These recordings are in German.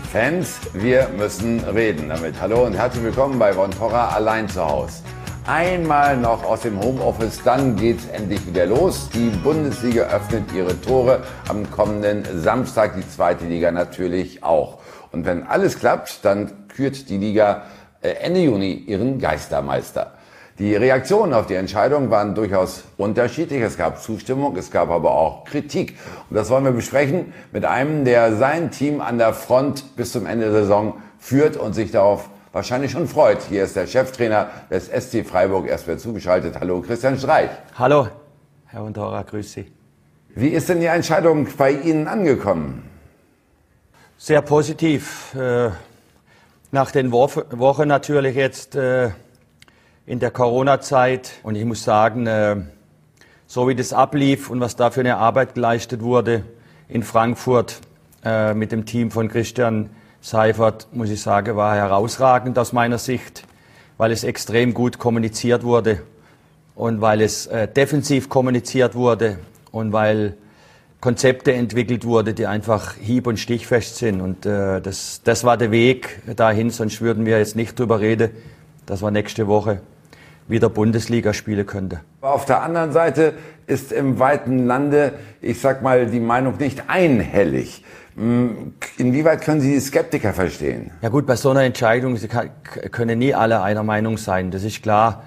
Fans, wir müssen reden damit. Hallo und herzlich willkommen bei Von Torra allein zu Hause. Einmal noch aus dem Homeoffice, dann geht's endlich wieder los. Die Bundesliga öffnet ihre Tore am kommenden Samstag, die zweite Liga natürlich auch. Und wenn alles klappt, dann kürt die Liga Ende Juni ihren Geistermeister. Die Reaktionen auf die Entscheidung waren durchaus unterschiedlich. Es gab Zustimmung, es gab aber auch Kritik. Und das wollen wir besprechen mit einem, der sein Team an der Front bis zum Ende der Saison führt und sich darauf wahrscheinlich schon freut. Hier ist der Cheftrainer des SC Freiburg, erst wieder zugeschaltet. Hallo, Christian Streich. Hallo, Herr Von Torra, grüß Sie. Wie ist denn die Entscheidung bei Ihnen angekommen? Sehr positiv. Nach den Wochen natürlich jetzt in der Corona-Zeit. Und ich muss sagen, so wie das ablief und was da für eine Arbeit geleistet wurde in Frankfurt mit dem Team von Christian Seifert, muss ich sagen, war herausragend aus meiner Sicht, weil es extrem gut kommuniziert wurde und weil es defensiv kommuniziert wurde und weil Konzepte entwickelt wurde, die einfach hieb- und stichfest sind. Und das war der Weg dahin, sonst würden wir jetzt nicht drüber reden, dass wir nächste Woche wieder Bundesliga spielen könnte. Auf der anderen Seite ist im weiten Lande, ich sag mal, die Meinung nicht einhellig. Inwieweit können Sie die Skeptiker verstehen? Ja gut, bei so einer Entscheidung können nie alle einer Meinung sein, das ist klar.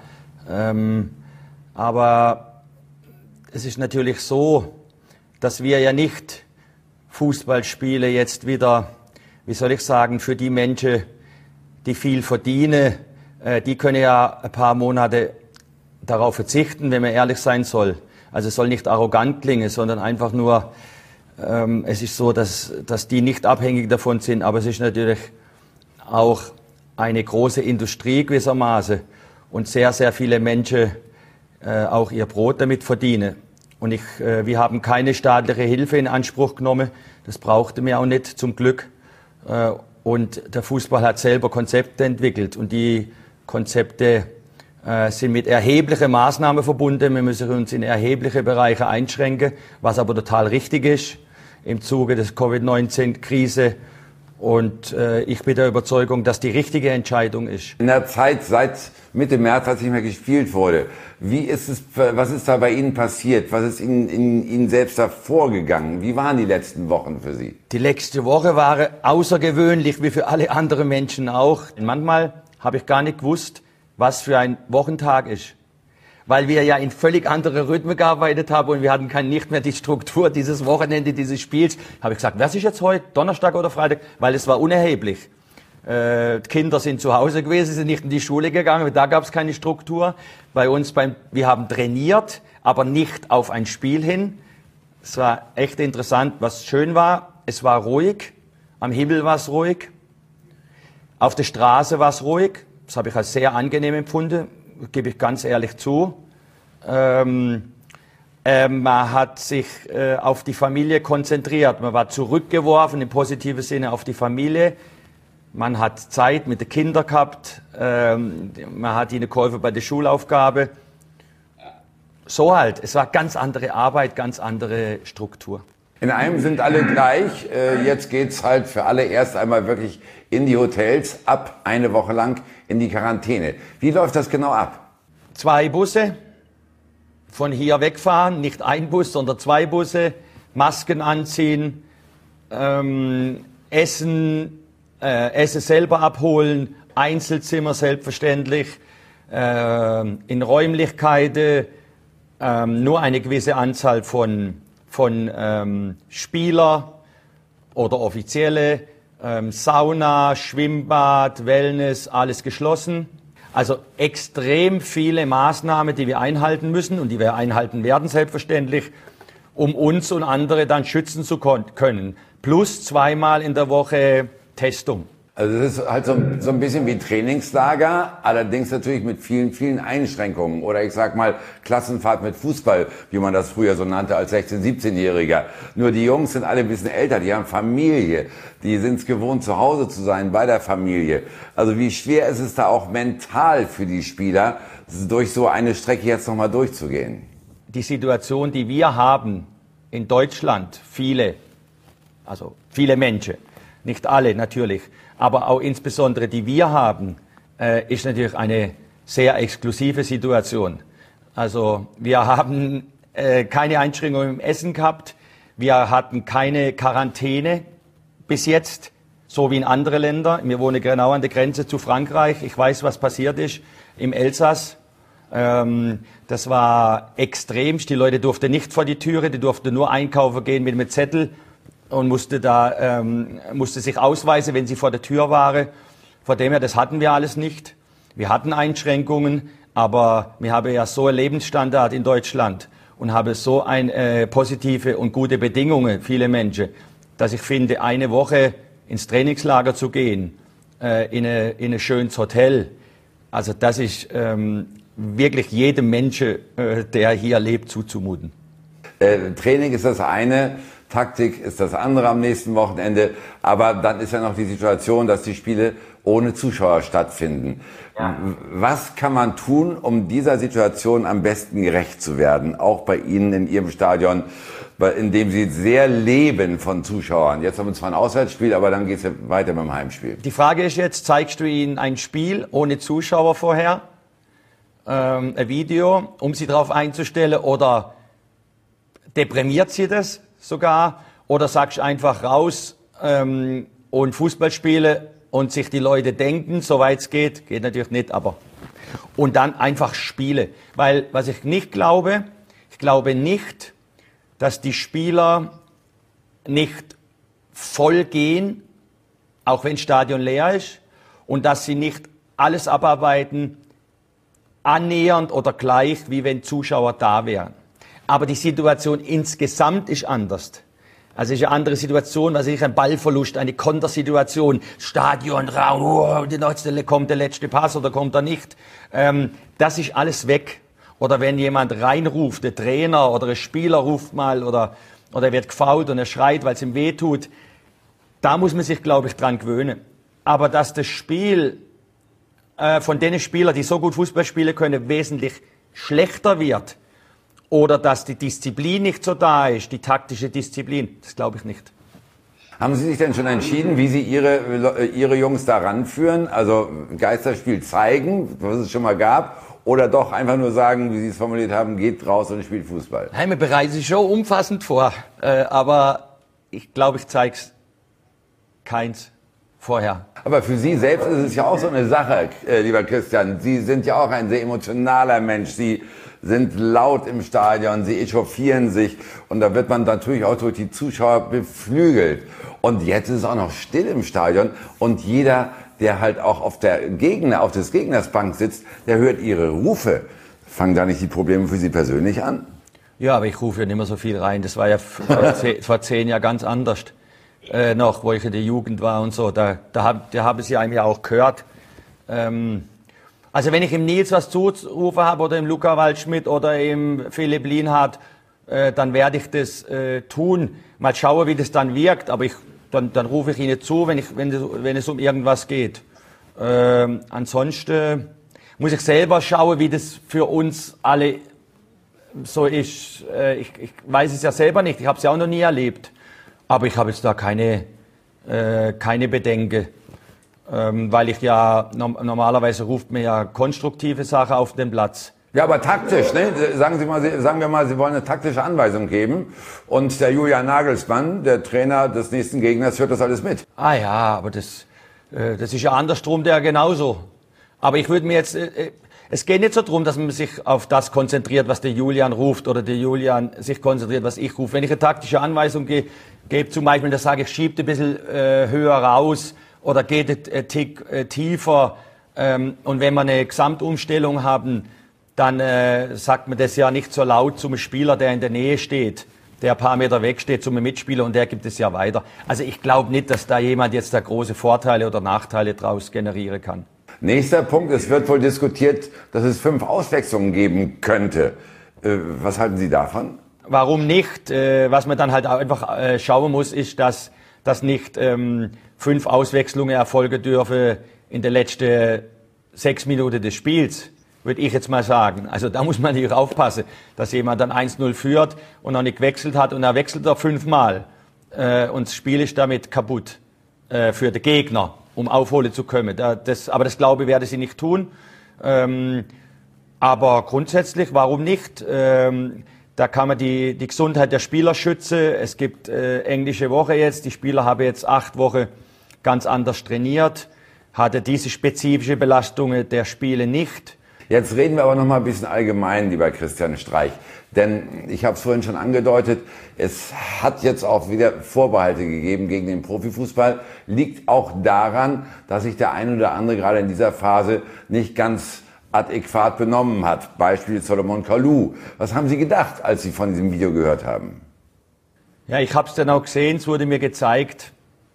Aber es ist natürlich so, dass wir ja nicht Fußballspiele jetzt wieder, wie soll ich sagen, für die Menschen, die viel verdienen, die können ja ein paar Monate darauf verzichten, wenn man ehrlich sein soll. Also es soll nicht arrogant klingen, sondern einfach nur, es ist so, dass die nicht abhängig davon sind, aber es ist natürlich auch eine große Industrie gewissermaßen und sehr, sehr viele Menschen auch ihr Brot damit verdienen. Und wir haben keine staatliche Hilfe in Anspruch genommen, das brauchten wir auch nicht, zum Glück. Und der Fußball hat selber Konzepte entwickelt und die Konzepte sind mit erheblichen Maßnahmen verbunden. Wir müssen uns in erhebliche Bereiche einschränken, was aber total richtig ist im Zuge des Covid-19-Krise. Und ich bin der Überzeugung, dass die richtige Entscheidung ist. In der Zeit seit Mitte März, als nicht mehr gespielt wurde, was ist da bei Ihnen passiert? Was ist in Ihnen selbst da vorgegangen? Wie waren die letzten Wochen für Sie? Die letzte Woche war außergewöhnlich, wie für alle anderen Menschen auch. Manchmal habe ich gar nicht gewusst, was für ein Wochentag ist. Weil wir ja in völlig andere Rhythmen gearbeitet haben und wir hatten nicht mehr die Struktur dieses Wochenende, dieses Spiels. Habe ich gesagt, was ist jetzt heute, Donnerstag oder Freitag? Weil es war unerheblich. Die Kinder sind zu Hause gewesen, sind nicht in die Schule gegangen, da gab es keine Struktur. Bei uns, wir haben trainiert, aber nicht auf ein Spiel hin. Es war echt interessant, was schön war. Es war ruhig, am Himmel war es ruhig. Auf der Straße war es ruhig, das habe ich als sehr angenehm empfunden, gebe ich ganz ehrlich zu. Man hat sich auf die Familie konzentriert, man war zurückgeworfen im positiven Sinne auf die Familie. Man hat Zeit mit den Kindern gehabt, man hat ihnen geholfen bei der Schulaufgabe. So halt, es war ganz andere Arbeit, ganz andere Struktur. In einem sind alle gleich. Jetzt geht's halt für alle erst einmal wirklich in die Hotels, ab eine Woche lang in die Quarantäne. Wie läuft das genau ab? 2 Busse, von hier wegfahren, nicht ein Bus, sondern 2 Busse, Masken anziehen, Essen selber abholen, Einzelzimmer selbstverständlich, in Räumlichkeiten, nur eine gewisse Anzahl von Spieler oder Offizielle, Sauna, Schwimmbad, Wellness, alles geschlossen. Also extrem viele Maßnahmen, die wir einhalten müssen und die wir einhalten werden selbstverständlich, um uns und andere dann schützen zu können. Plus 2-mal in der Woche Testung. Also das ist halt so ein bisschen wie Trainingslager, allerdings natürlich mit vielen, vielen Einschränkungen. Oder ich sag mal Klassenfahrt mit Fußball, wie man das früher so nannte als 16-, 17-Jähriger. Nur die Jungs sind alle ein bisschen älter, die haben Familie, die sind es gewohnt, zu Hause zu sein, bei der Familie. Also wie schwer ist es da auch mental für die Spieler, durch so eine Strecke jetzt nochmal durchzugehen? Die Situation, die wir haben in Deutschland, viele Menschen, Nicht alle natürlich, aber auch insbesondere die wir haben, ist natürlich eine sehr exklusive Situation. Also wir haben keine Einschränkungen im Essen gehabt, wir hatten keine Quarantäne bis jetzt, so wie in anderen Ländern. Wir wohnen genau an der Grenze zu Frankreich. Ich weiß, was passiert ist im Elsass. Das war extremst. Die Leute durften nicht vor die Türe, die durften nur einkaufen gehen mit einem Zettel und musste sich ausweisen, wenn sie vor der Tür waren. Von dem her, das hatten wir alles nicht. Wir hatten Einschränkungen, aber wir haben ja so einen Lebensstandard in Deutschland und haben so positive und gute Bedingungen, viele Menschen, dass ich finde, eine Woche ins Trainingslager zu gehen, in ein schönes Hotel, also das ist wirklich jedem Menschen, der hier lebt, zuzumuten. Training ist das eine, Taktik ist das andere am nächsten Wochenende, aber dann ist ja noch die Situation, dass die Spiele ohne Zuschauer stattfinden. Ja. Was kann man tun, um dieser Situation am besten gerecht zu werden, auch bei Ihnen in Ihrem Stadion, in dem Sie sehr leben von Zuschauern? Jetzt haben wir zwar ein Auswärtsspiel, aber dann geht es ja weiter mit dem Heimspiel. Die Frage ist jetzt, zeigst du ihnen ein Spiel ohne Zuschauer vorher, ein Video, um sie darauf einzustellen, oder deprimiert sie das sogar, oder sagst einfach raus und Fußball spielen und sich die Leute denken, soweit es geht natürlich nicht, aber und dann einfach spiele. Weil was ich glaube nicht, dass die Spieler nicht voll gehen, auch wenn das Stadion leer ist, und dass sie nicht alles abarbeiten, annähernd oder gleich, wie wenn Zuschauer da wären. Aber die Situation insgesamt ist anders. Also es ist eine andere Situation, also ein Ballverlust, eine Kontersituation, Stadion, Raum, kommt der letzte Pass oder kommt er nicht. Das ist alles weg. Oder wenn jemand reinruft, der Trainer oder ein Spieler ruft mal oder er wird gefoult und er schreit, weil es ihm weh tut, da muss man sich, glaube ich, dran gewöhnen. Aber dass das Spiel von den Spielern, die so gut Fußball spielen können, wesentlich schlechter wird, oder dass die Disziplin nicht so da ist, die taktische Disziplin, das glaube ich nicht. Haben Sie sich denn schon entschieden, wie Sie Ihre Jungs da ranführen? Also Geisterspiel zeigen, was es schon mal gab, oder doch einfach nur sagen, wie Sie es formuliert haben, geht raus und spielt Fußball? Nein, wir bereiten sich schon umfassend vor, aber ich glaube, ich zeige es keins vorher. Aber für Sie selbst ist es ja auch so eine Sache, lieber Christian. Sie sind ja auch ein sehr emotionaler Mensch. Sie sind laut im Stadion, Sie echauffieren sich und da wird man natürlich auch durch die Zuschauer beflügelt. Und jetzt ist es auch noch still im Stadion und jeder, der halt auch auf des Gegners Bank sitzt, der hört Ihre Rufe. Fangen da nicht die Probleme für Sie persönlich an? Ja, aber ich rufe ja nicht mehr so viel rein. Das war ja vor 10 Jahren ganz anders. Noch, wo ich in der Jugend war und so, da haben sie einem ja auch gehört. Also wenn ich im Nils was zurufen habe oder im Luca Waldschmidt oder im Philipp Lienhardt, dann werde ich das tun. Mal schauen, wie das dann wirkt, aber dann rufe ich ihnen zu, wenn es um irgendwas geht. Ansonsten muss ich selber schauen, wie das für uns alle so ist. Ich weiß es ja selber nicht, ich habe es ja auch noch nie erlebt. Aber ich habe jetzt da keine Bedenken, weil ich ja, normalerweise ruft mir ja konstruktive Sachen auf den Platz. Ja, aber taktisch, ne? Sagen wir mal, Sie wollen eine taktische Anweisung geben und der Julian Nagelsmann, der Trainer des nächsten Gegners, hört das alles mit. Ah ja, aber das ist ja andersrum der genauso. Aber ich würde mir jetzt, es geht nicht so darum, dass man sich auf das konzentriert, was der Julian ruft oder der Julian sich konzentriert, was ich rufe. Wenn ich eine taktische Anweisung gebe zum Beispiel, dass sage ich, schiebt ein bisschen höher raus oder geht ein Tick tiefer. Und wenn wir eine Gesamtumstellung haben, dann sagt man das ja nicht so laut zum Spieler, der in der Nähe steht, der ein paar Meter weg steht, zum Mitspieler, und der gibt es ja weiter. Also ich glaube nicht, dass da jemand jetzt da große Vorteile oder Nachteile draus generieren kann. Nächster Punkt, es wird wohl diskutiert, dass es 5 Auswechslungen geben könnte. Was halten Sie davon? Warum nicht? Was man dann halt einfach schauen muss, ist, dass nicht 5 Auswechslungen erfolgen dürfen in den letzten 6 Minuten des Spiels, würde ich jetzt mal sagen. Also da muss man natürlich aufpassen, dass jemand dann 1-0 führt und noch nicht gewechselt hat und er wechselt er 5-mal und das Spiel ist damit kaputt. für den Gegner, um aufholen zu können. Aber das glaube ich, werde sie nicht tun. Aber grundsätzlich, warum nicht? Da kann man die Gesundheit der Spieler schützen. Es gibt englische Woche jetzt. Die Spieler haben jetzt 8 Wochen ganz anders trainiert, hatte diese spezifische Belastungen der Spiele nicht. Jetzt reden wir aber noch mal ein bisschen allgemein, lieber Christian Streich. Denn ich habe es vorhin schon angedeutet, es hat jetzt auch wieder Vorbehalte gegeben gegen den Profifußball. Liegt auch daran, dass sich der ein oder andere gerade in dieser Phase nicht ganz adäquat benommen hat. Beispiel Salomon Kalou. Was haben Sie gedacht, als Sie von diesem Video gehört haben? Ja, ich habe es dann auch gesehen, es wurde mir gezeigt.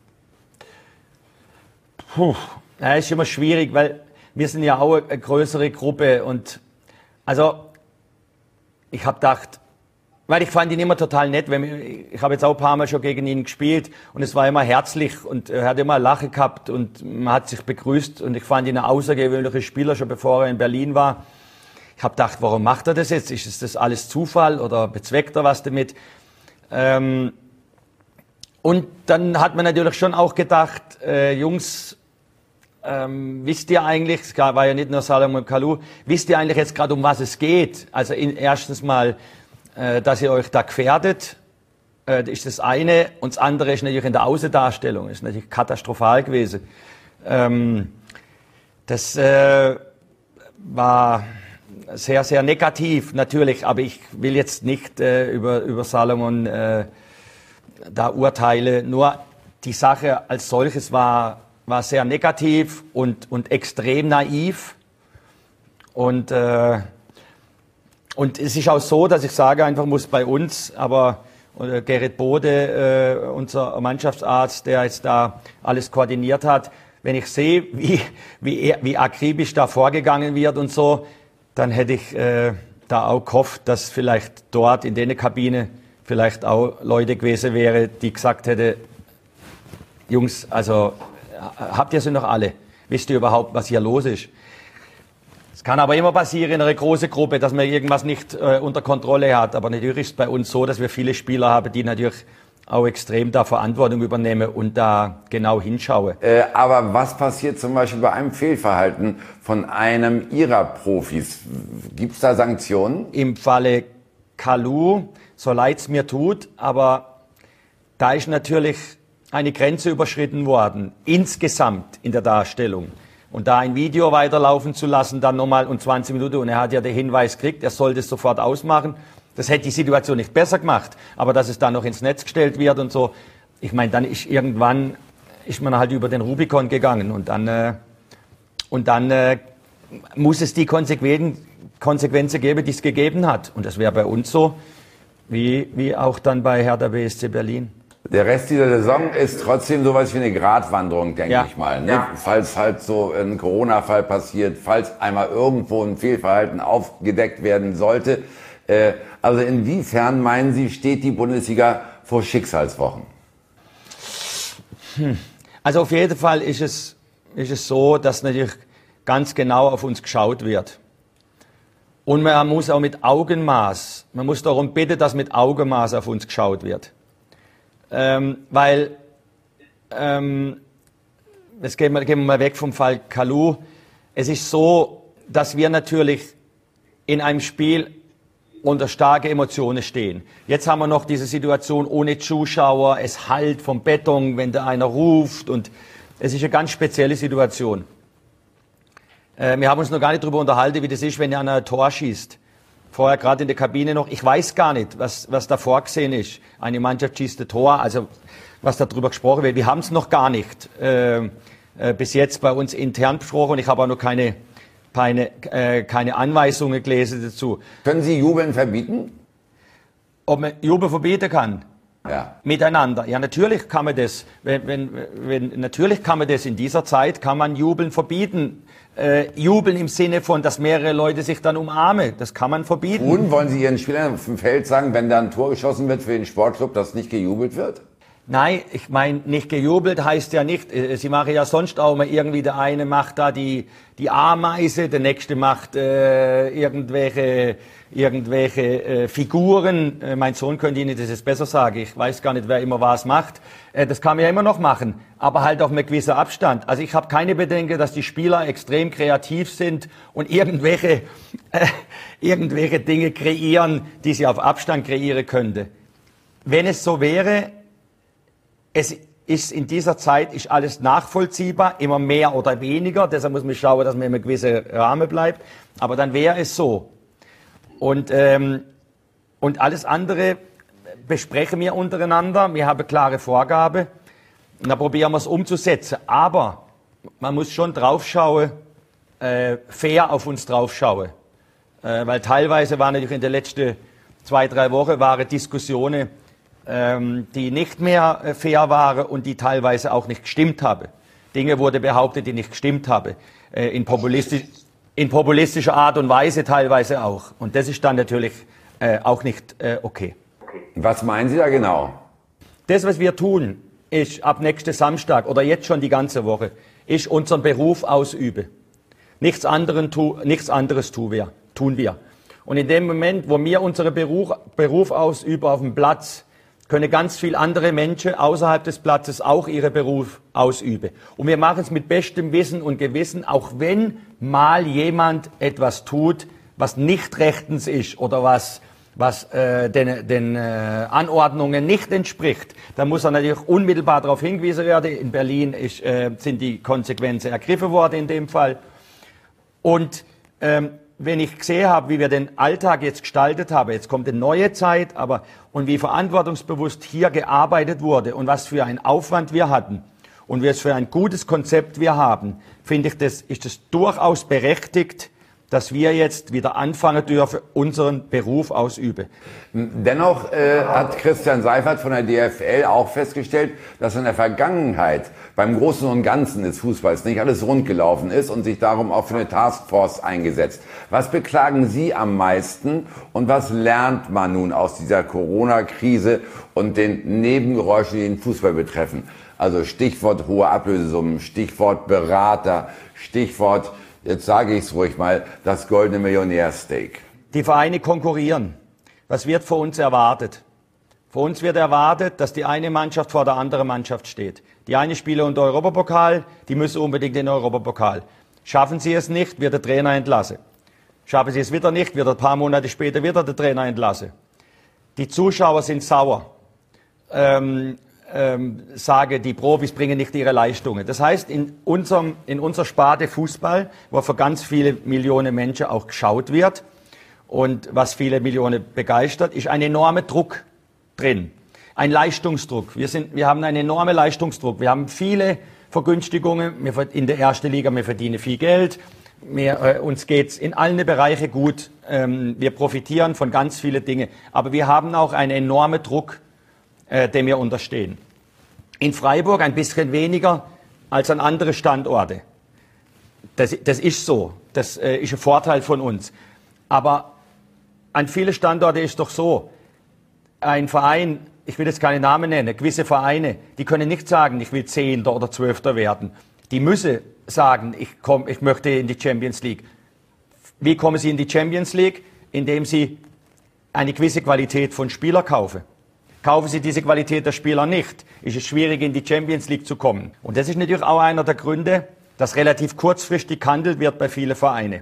Ja, ist immer schwierig, weil wir sind ja auch eine größere Gruppe und also ich habe gedacht, weil ich fand ihn immer total nett, ich habe jetzt auch ein paar Mal schon gegen ihn gespielt und es war immer herzlich und er hat immer ein Lachen gehabt und man hat sich begrüßt und ich fand ihn ein außergewöhnlicher Spieler, schon bevor er in Berlin war. Ich habe gedacht, warum macht er das jetzt? Ist das alles Zufall oder bezweckt er was damit? Und dann hat man natürlich schon auch gedacht, Jungs, wisst ihr eigentlich, es war ja nicht nur Salomon Kalou, wisst ihr eigentlich jetzt gerade, um was es geht? Also erstens mal, dass ihr euch da gefährdet, ist das eine. Und das andere ist natürlich in der Außendarstellung, ist natürlich katastrophal gewesen. Das war sehr, sehr negativ natürlich, aber ich will jetzt nicht über Salomon da urteilen. Nur die Sache als solches war sehr negativ und extrem naiv. Und es ist auch so, dass ich sage, einfach muss bei uns, aber Gerrit Bode, unser Mannschaftsarzt, der jetzt da alles koordiniert hat, wenn ich sehe, wie akribisch da vorgegangen wird und so, dann hätte ich da auch gehofft, dass vielleicht dort in der Kabine vielleicht auch Leute gewesen wären, die gesagt hätten, Jungs, also habt ihr sie noch alle? Wisst ihr überhaupt, was hier los ist? Es kann aber immer passieren in einer großen Gruppe, dass man irgendwas nicht unter Kontrolle hat. Aber natürlich ist es bei uns so, dass wir viele Spieler haben, die natürlich auch extrem da Verantwortung übernehmen und da genau hinschauen. Aber was passiert zum Beispiel bei einem Fehlverhalten von einem Ihrer Profis? Gibt es da Sanktionen? Im Falle Kalou, so leid es mir tut, aber da ist natürlich eine Grenze überschritten worden, insgesamt in der Darstellung. Und da ein Video weiterlaufen zu lassen, dann nochmal um 20 Minuten, und er hat ja den Hinweis gekriegt, er soll das sofort ausmachen, das hätte die Situation nicht besser gemacht. Aber dass es dann noch ins Netz gestellt wird und so, ich meine, dann ist man halt über den Rubikon gegangen und dann muss es die Konsequenzen geben, die es gegeben hat. Und das wäre bei uns so, wie auch dann bei Hertha BSC Berlin. Der Rest dieser Saison ist trotzdem sowas wie eine Gratwanderung, denke ich mal. Ne? Ja. Falls halt so ein Corona-Fall passiert, falls einmal irgendwo ein Fehlverhalten aufgedeckt werden sollte. Also inwiefern, meinen Sie, steht die Bundesliga vor Schicksalswochen? Also auf jeden Fall ist es so, dass natürlich ganz genau auf uns geschaut wird. Und man muss auch mit Augenmaß, man muss darum bitten, dass mit Augenmaß auf uns geschaut wird. Weil, jetzt gehen wir mal weg vom Fall Kalou. Es ist so, dass wir natürlich in einem Spiel unter starke Emotionen stehen. Jetzt haben wir noch diese Situation ohne Zuschauer, es hallt vom Beton, wenn da einer ruft, und es ist eine ganz spezielle Situation. Wir haben uns noch gar nicht darüber unterhalten, wie das ist, wenn einer ein Tor schießt. Vorher gerade in der Kabine noch, ich weiß gar nicht, was da vorgesehen ist. Eine Mannschaft schießt ein Tor, also was darüber gesprochen wird. Wir haben es noch gar nicht bis jetzt bei uns intern besprochen, und ich habe auch noch keine Anweisungen gelesen dazu. Können Sie Jubeln verbieten? Ob man Jubeln verbieten kann? Ja. Miteinander. Ja, natürlich kann man das. Natürlich kann man das. In dieser Zeit kann man Jubeln verbieten. Jubeln im Sinne von, dass mehrere Leute sich dann umarmen. Das kann man verbieten. Und wollen Sie Ihren Spielern auf dem Feld sagen, wenn da ein Tor geschossen wird für den Sportclub, dass nicht gejubelt wird? Nein, ich meine, nicht gejubelt heißt ja nicht, sie machen ja sonst auch mal irgendwie, der eine macht da die Ameise, der nächste macht irgendwelche Figuren. Mein Sohn könnte Ihnen das jetzt besser sagen, ich weiß gar nicht, wer immer was macht. Das kann man ja immer noch machen, aber halt auf einem gewissen Abstand. Also ich habe keine Bedenken, dass die Spieler extrem kreativ sind und irgendwelche Dinge kreieren, die sie auf Abstand kreieren könnte. Wenn es so wäre, es ist in dieser Zeit ist alles nachvollziehbar, immer mehr oder weniger. Deshalb muss man schauen, dass man in einem gewissen Rahmen bleibt. Aber dann wäre es so. Und alles andere besprechen wir untereinander. Wir haben eine klare Vorgabe. Und dann probieren wir es umzusetzen. Aber man muss schon draufschauen, fair auf uns draufschauen. Weil teilweise waren natürlich in den letzten 2-3 Wochen Diskussionen, die nicht mehr fair waren und die teilweise auch nicht gestimmt haben. Dinge wurde behauptet, die nicht gestimmt haben. In populistischer Art und Weise teilweise auch. Und das ist dann natürlich auch nicht okay. Was meinen Sie da genau? Das, was wir tun, ist ab nächsten Samstag oder jetzt schon die ganze Woche, ist unseren Beruf ausüben. Nichts anderes tun wir. Und in dem Moment, wo wir unseren Beruf ausüben auf dem Platz, können ganz viele andere Menschen außerhalb des Platzes auch ihren Beruf ausüben. Und wir machen es mit bestem Wissen und Gewissen, auch wenn mal jemand etwas tut, was nicht rechtens ist oder was den Anordnungen nicht entspricht, dann muss er natürlich unmittelbar darauf hingewiesen werden. In Berlin sind die Konsequenzen ergriffen worden in dem Fall. Und wenn ich gesehen habe, wie wir den Alltag jetzt gestaltet haben, jetzt kommt eine neue Zeit, und wie verantwortungsbewusst hier gearbeitet wurde und was für einen Aufwand wir hatten und was für ein gutes Konzept wir haben, finde ich, ist es durchaus berechtigt, dass wir jetzt wieder anfangen dürfen, unseren Beruf ausüben. Dennoch hat Christian Seifert von der DFL auch festgestellt, dass in der Vergangenheit beim Großen und Ganzen des Fußballs nicht alles rund gelaufen ist und sich darum auch für eine Taskforce eingesetzt. Was beklagen Sie am meisten und was lernt man nun aus dieser Corona-Krise und den Nebengeräuschen, die den Fußball betreffen? Also Stichwort hohe Ablösesummen, Stichwort Berater, Stichwort, jetzt sage ich es ruhig mal, das goldene Millionärsteak. Die Vereine konkurrieren. Was wird von uns erwartet? Von uns wird erwartet, dass die eine Mannschaft vor der anderen Mannschaft steht. Die eine spielt unter Europapokal, die müssen unbedingt in den Europapokal. Schaffen sie es nicht, wird der Trainer entlassen. Schaffen sie es wieder nicht, wird ein paar Monate später wieder der Trainer entlassen. Die Zuschauer sind sauer. Sage, die Profis bringen nicht ihre Leistungen. Das heißt, in unserer Sparte Fußball, wo für ganz viele Millionen Menschen auch geschaut wird und was viele Millionen begeistert, ist ein enormer Druck drin. Ein Leistungsdruck. Wir haben einen enormen Leistungsdruck. Wir haben viele Vergünstigungen. In der ersten Liga, wir verdienen viel Geld. Uns geht's in allen Bereichen gut. Wir profitieren von ganz vielen Dingen. Aber wir haben auch einen enormen Druck, dem wir unterstehen. In Freiburg ein bisschen weniger als an andere Standorte. Das ist so. Das ist ein Vorteil von uns. Aber an viele Standorte ist doch so, ein Verein, ich will jetzt keine Namen nennen, gewisse Vereine, die können nicht sagen, ich will 10. oder 12. werden. Die müssen sagen, ich möchte in die Champions League. Wie kommen sie in die Champions League? Indem sie eine gewisse Qualität von Spielern kaufen. Kaufen Sie diese Qualität der Spieler nicht, ist es schwierig, in die Champions League zu kommen. Und das ist natürlich auch einer der Gründe, dass relativ kurzfristig gehandelt wird bei vielen Vereinen.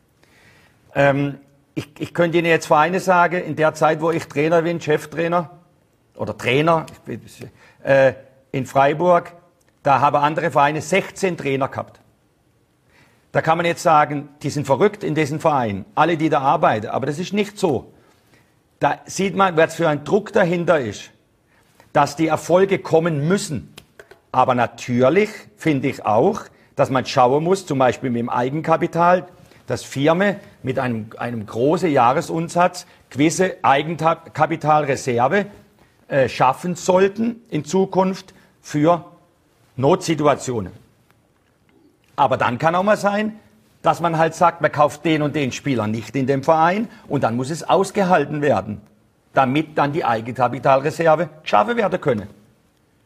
Ich könnte Ihnen jetzt Vereine sagen, in der Zeit, wo ich Trainer bin, Cheftrainer oder Trainer in Freiburg, da haben andere Vereine 16 Trainer gehabt. Da kann man jetzt sagen, die sind verrückt in diesen Vereinen, alle, die da arbeiten, aber das ist nicht so. Da sieht man, was für ein Druck dahinter ist, dass die Erfolge kommen müssen. Aber natürlich finde ich auch, dass man schauen muss, zum Beispiel mit dem Eigenkapital, dass Firmen mit einem großen Jahresumsatz gewisse Eigenkapitalreserve schaffen sollten in Zukunft für Notsituationen. Aber dann kann auch mal sein, dass man halt sagt, man kauft den und den Spieler nicht in dem Verein und dann muss es ausgehalten werden, damit dann die Eigenkapitalreserve geschaffen werden können.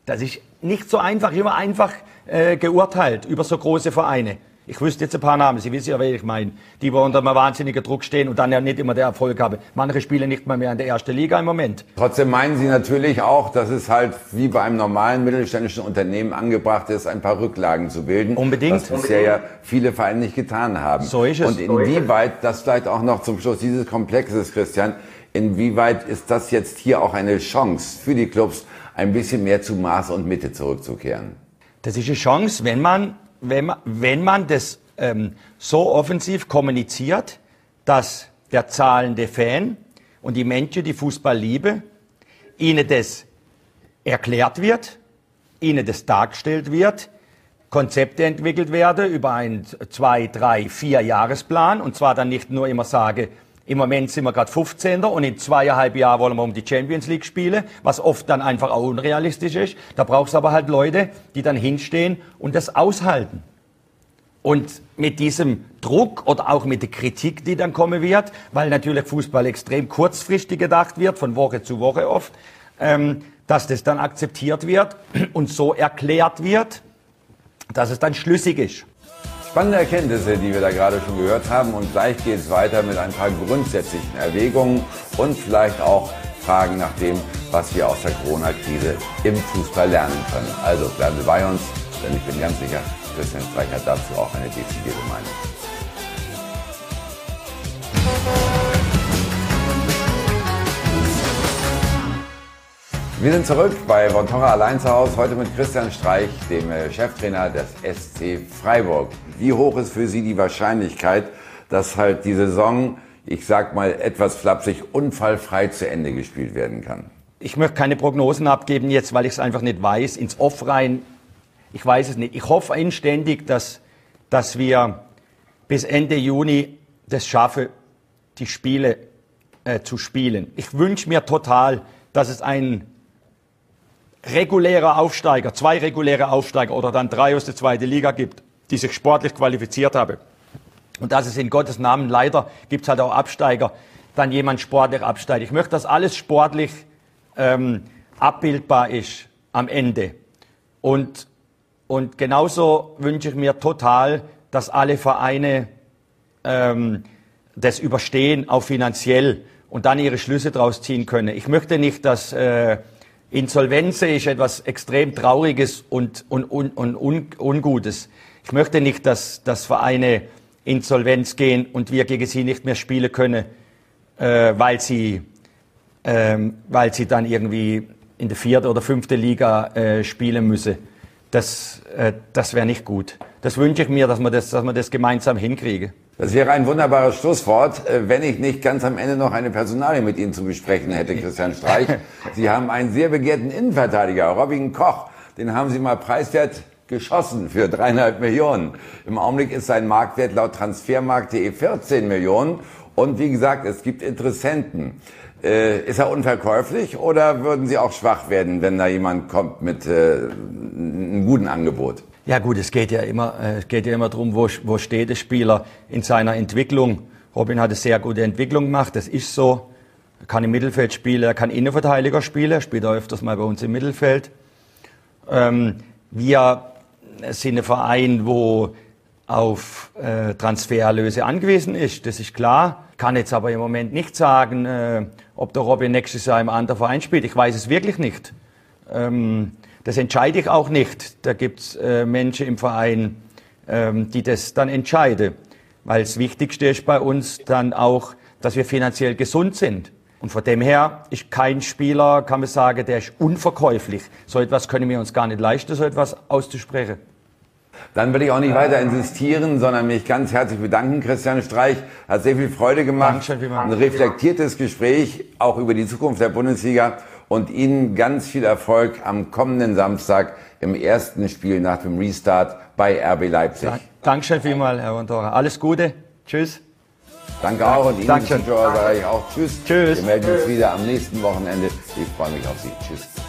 Das ist nicht so einfach, immer einfach geurteilt über so große Vereine. Ich wüsste jetzt ein paar Namen, Sie wissen ja, wer ich meine, die unter einem wahnsinnigen Druck stehen und dann ja nicht immer der Erfolg haben. Manche spielen nicht mal mehr in der ersten Liga im Moment. Trotzdem meinen Sie natürlich auch, dass es halt wie bei einem normalen mittelständischen Unternehmen angebracht ist, ein paar Rücklagen zu bilden. Unbedingt. Was bisher ja viele Vereine nicht getan haben. So ist es. Und inwieweit, das vielleicht auch noch zum Schluss dieses Komplexes, Christian, inwieweit ist das jetzt hier auch eine Chance für die Clubs, ein bisschen mehr zu Maß und Mitte zurückzukehren? Das ist eine Chance, wenn man das so offensiv kommuniziert, dass der zahlende Fan und die Menschen, die Fußball lieben, ihnen das erklärt wird, ihnen das dargestellt wird, Konzepte entwickelt werden über einen 2-, 3-, 4 Jahresplan und zwar dann nicht nur immer sage, im Moment sind wir gerade 15. und in 2,5 Jahren wollen wir um die Champions League spielen, was oft dann einfach auch unrealistisch ist. Da braucht es aber halt Leute, die dann hinstehen und das aushalten. Und mit diesem Druck oder auch mit der Kritik, die dann kommen wird, weil natürlich Fußball extrem kurzfristig gedacht wird, von Woche zu Woche oft, dass das dann akzeptiert wird und so erklärt wird, dass es dann schlüssig ist. Spannende Erkenntnisse, die wir da gerade schon gehört haben, und gleich geht es weiter mit ein paar grundsätzlichen Erwägungen und vielleicht auch Fragen nach dem, was wir aus der Corona-Krise im Fußball lernen können. Also bleiben Sie bei uns, denn ich bin ganz sicher, Christian Streich hat dazu auch eine dezidierte Meinung. Wir sind zurück bei Von Torra allein zu Hause, heute mit Christian Streich, dem Cheftrainer des SC Freiburg. Wie hoch ist für Sie die Wahrscheinlichkeit, dass halt die Saison, ich sag mal etwas flapsig, unfallfrei zu Ende gespielt werden kann? Ich möchte keine Prognosen abgeben jetzt, weil ich es einfach nicht weiß. Ins Off rein, ich weiß es nicht. Ich hoffe inständig, dass wir bis Ende Juni das schaffen, die Spiele zu spielen. Ich wünsche mir total, dass es ein regulärer Aufsteiger, 2 reguläre Aufsteiger oder dann 3 aus der zweiten Liga gibt, die sich sportlich qualifiziert haben. Und dass es in Gottes Namen, leider gibt es halt auch Absteiger, dann jemand sportlich absteigt. Ich möchte, dass alles sportlich abbildbar ist am Ende. Und genauso wünsche ich mir total, dass alle Vereine das überstehen, auch finanziell, und dann ihre Schlüsse daraus ziehen können. Ich möchte nicht, dass Insolvenz ist etwas extrem Trauriges und Ungutes. Ich möchte nicht, dass Vereine Insolvenz gehen und wir gegen sie nicht mehr spielen können, weil sie dann irgendwie in der 4. oder 5. Liga spielen müssen. Das wäre nicht gut. Das wünsche ich mir, dass wir das gemeinsam hinkriegen. Das wäre ein wunderbares Schlusswort, wenn ich nicht ganz am Ende noch eine Personalie mit Ihnen zu besprechen hätte, Christian Streich. Sie haben einen sehr begehrten Innenverteidiger, Robin Koch. Den haben Sie mal preiswert geschossen für 3,5 Millionen. Im Augenblick ist sein Marktwert laut Transfermarkt.de 14 Millionen. Und wie gesagt, es gibt Interessenten. Ist er unverkäuflich oder würden Sie auch schwach werden, wenn da jemand kommt mit einem guten Angebot? Ja gut, es geht ja immer darum, wo steht der Spieler in seiner Entwicklung. Robin hat eine sehr gute Entwicklung gemacht, das ist so. Er kann im Mittelfeld spielen, er kann Innenverteidiger spielen, er spielt auch öfters mal bei uns im Mittelfeld. Wir sind ein Verein, wo auf Transfererlöse angewiesen ist, das ist klar. Kann jetzt aber im Moment nicht sagen, ob der Robin nächstes Jahr im anderen Verein spielt. Ich weiß es wirklich nicht. Das entscheide ich auch nicht. Da gibt es Menschen im Verein, die das dann entscheiden. Weil das Wichtigste ist bei uns dann auch, dass wir finanziell gesund sind. Und von dem her ist kein Spieler, kann man sagen, der ist unverkäuflich. So etwas können wir uns gar nicht leisten, so etwas auszusprechen. Dann will ich auch nicht weiter insistieren, sondern mich ganz herzlich bedanken. Christian Streich hat sehr viel Freude gemacht. Ein reflektiertes Gespräch, auch über die Zukunft der Bundesliga. Und Ihnen ganz viel Erfolg am kommenden Samstag im ersten Spiel nach dem Restart bei RB Leipzig. Dankeschön vielmals, Herr von Torra. Alles Gute. Tschüss. Danke auch. Und Ihnen, Zuschauer, sage ich auch Tschüss. Tschüss. Wir melden uns wieder am nächsten Wochenende. Ich freue mich auf Sie. Tschüss.